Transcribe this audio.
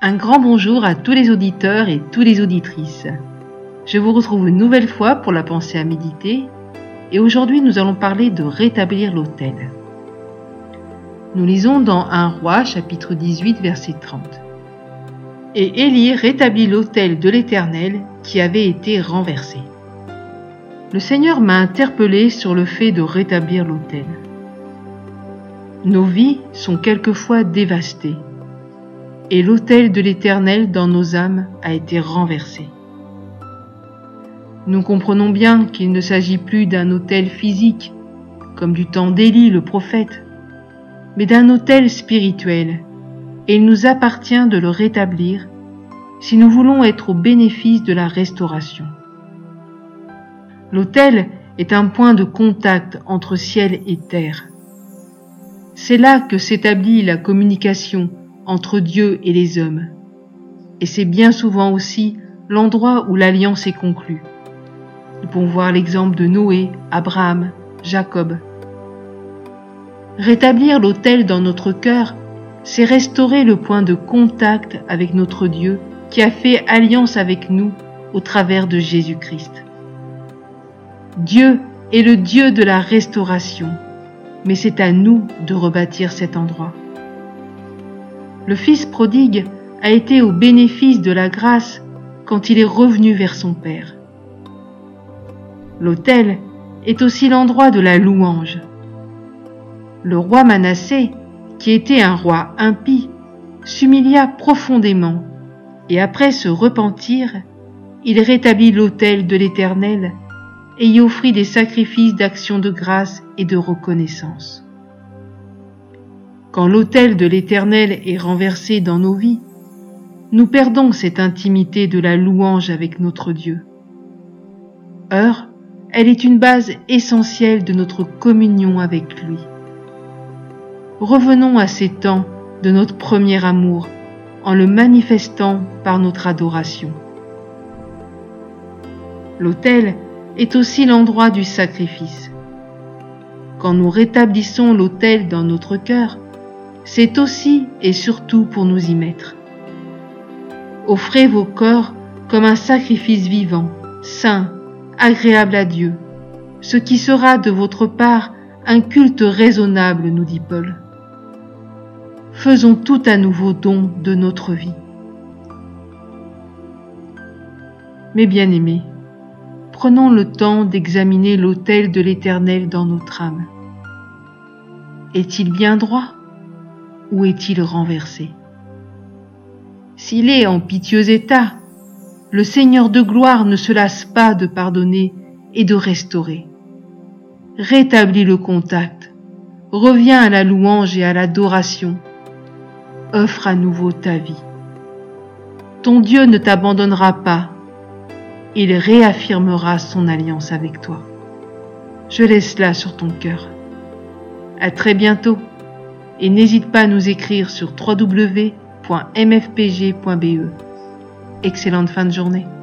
Un grand bonjour à tous les auditeurs et toutes les auditrices. Je vous retrouve une nouvelle fois pour la pensée à méditer et aujourd'hui nous allons parler de rétablir l'autel. Nous lisons dans 1 Roi chapitre 18 verset 30. Et Élie rétablit l'autel de l'Éternel qui avait été renversé. Le Seigneur m'a interpellé sur le fait de rétablir l'autel. Nos vies sont quelquefois dévastées. Et l'autel de l'Éternel dans nos âmes a été renversé. Nous comprenons bien qu'il ne s'agit plus d'un autel physique, comme du temps d'Élie le prophète, mais d'un autel spirituel, et il nous appartient de le rétablir si nous voulons être au bénéfice de la restauration. L'autel est un point de contact entre ciel et terre. C'est là que s'établit la communication entre Dieu et les hommes. Et c'est bien souvent aussi l'endroit où l'alliance est conclue. Nous pouvons voir l'exemple de Noé, Abraham, Jacob. Rétablir l'autel dans notre cœur, c'est restaurer le point de contact avec notre Dieu qui a fait alliance avec nous au travers de Jésus-Christ. Dieu est le Dieu de la restauration, mais c'est à nous de rebâtir cet endroit. Le fils prodigue a été au bénéfice de la grâce quand il est revenu vers son Père. L'autel est aussi l'endroit de la louange. Le roi Manassé, qui était un roi impie, s'humilia profondément et après se repentir, il rétablit l'autel de l'Éternel et y offrit des sacrifices d'action de grâce et de reconnaissance. Quand l'autel de l'Éternel est renversé dans nos vies, nous perdons cette intimité de la louange avec notre Dieu. Or, elle est une base essentielle de notre communion avec lui. Revenons à ces temps de notre premier amour en le manifestant par notre adoration. L'autel est aussi l'endroit du sacrifice. Quand nous rétablissons l'autel dans notre cœur, c'est aussi et surtout pour nous y mettre. Offrez vos corps comme un sacrifice vivant, saint, agréable à Dieu, ce qui sera de votre part un culte raisonnable, nous dit Paul. Faisons tout à nouveau don de notre vie. Mes bien-aimés, prenons le temps d'examiner l'autel de l'Éternel dans notre âme. Est-il bien droit ? Ou est-il renversé ? S'il est en piteux état, le Seigneur de gloire ne se lasse pas de pardonner et de restaurer. Rétablis le contact, reviens à la louange et à l'adoration, offre à nouveau ta vie. Ton Dieu ne t'abandonnera pas, il réaffirmera son alliance avec toi. Je laisse cela sur ton cœur. À très bientôt. Et n'hésite pas à nous écrire sur www.mfpg.be. Excellente fin de journée.